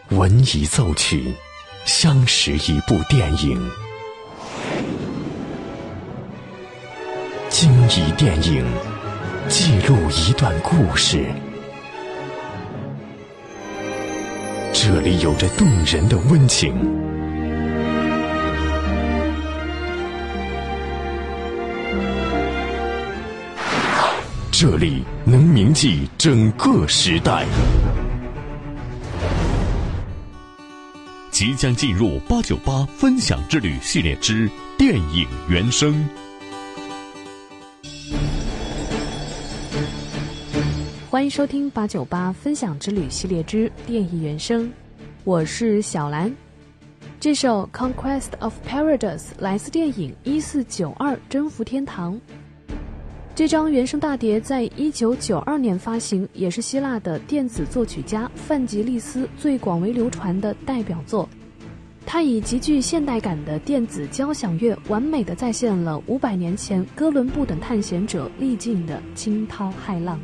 闻一奏曲，相识一部电影。经一电影，记录一段故事。这里有着动人的温情，这里能铭记整个时代。 即将进入898分享之旅系列之电影原声。 欢迎收听898分享之旅系列之电影原声，我是小兰。这首 Conquest of Paradise 来自电影1492征服天堂。这张原声大碟在1992年发行，也是希腊的电子作曲家范吉利斯最广为流传的代表作。它以极具现代感的电子交响乐，完美地再现了500年前哥伦布等探险者历尽的惊涛骇浪。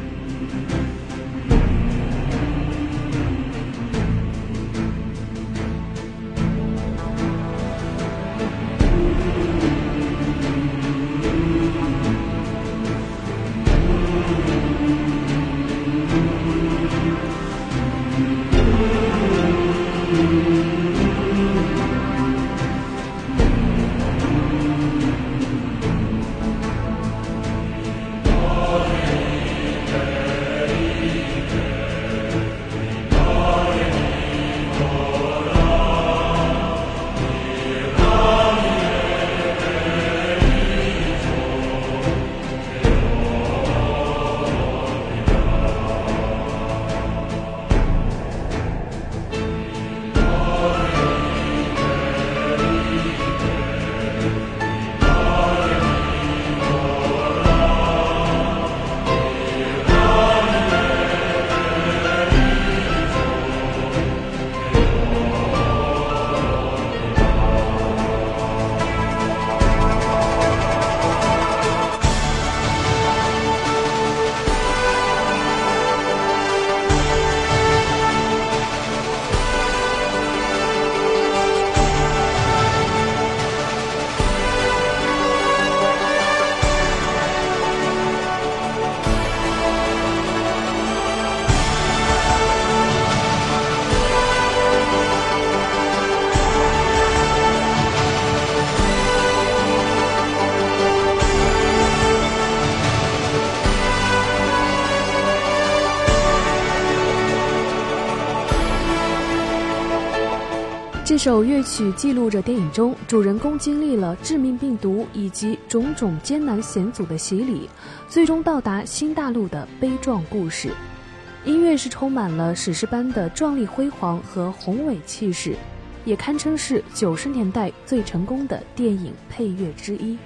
这首乐曲记录着电影中主人公经历了致命病毒以及种种艰难险阻的洗礼，最终到达新大陆的悲壮故事。音乐是充满了史诗般的壮丽辉煌和宏伟气势，也堪称是90年代最成功的电影配乐之一。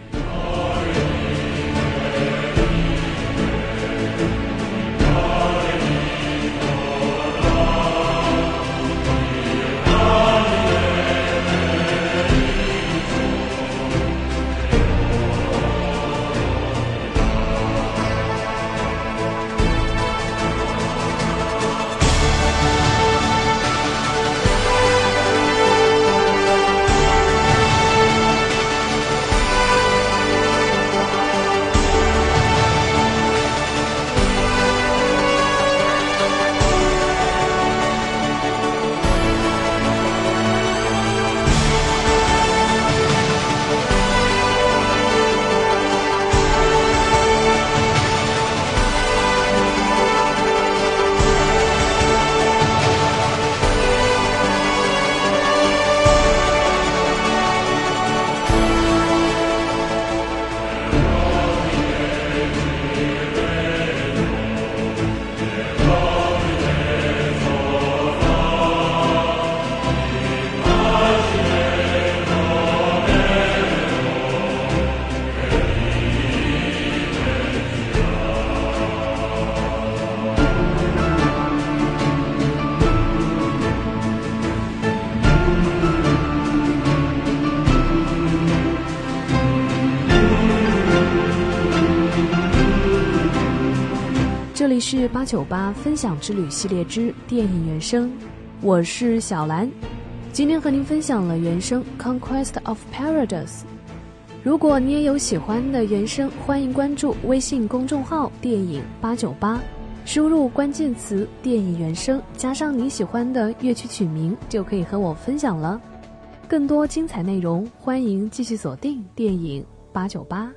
这里是898分享之旅系列之电影原声， 我是小兰，今天和您分享了原声《Conquest of Paradise》。如果你也有喜欢的原声，欢迎关注微信公众号电影898，输入关键词电影原声加上你喜欢的乐曲曲名，就可以和我分享了。更多精彩内容，欢迎继续锁定电影898。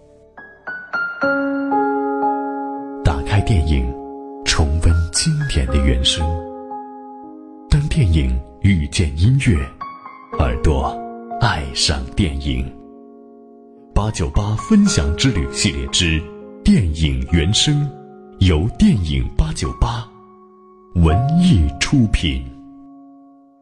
打开电影，重温经典的原声。当电影遇见音乐，耳朵爱上电影。898分享之旅系列之电影原声，由电影898文艺出品。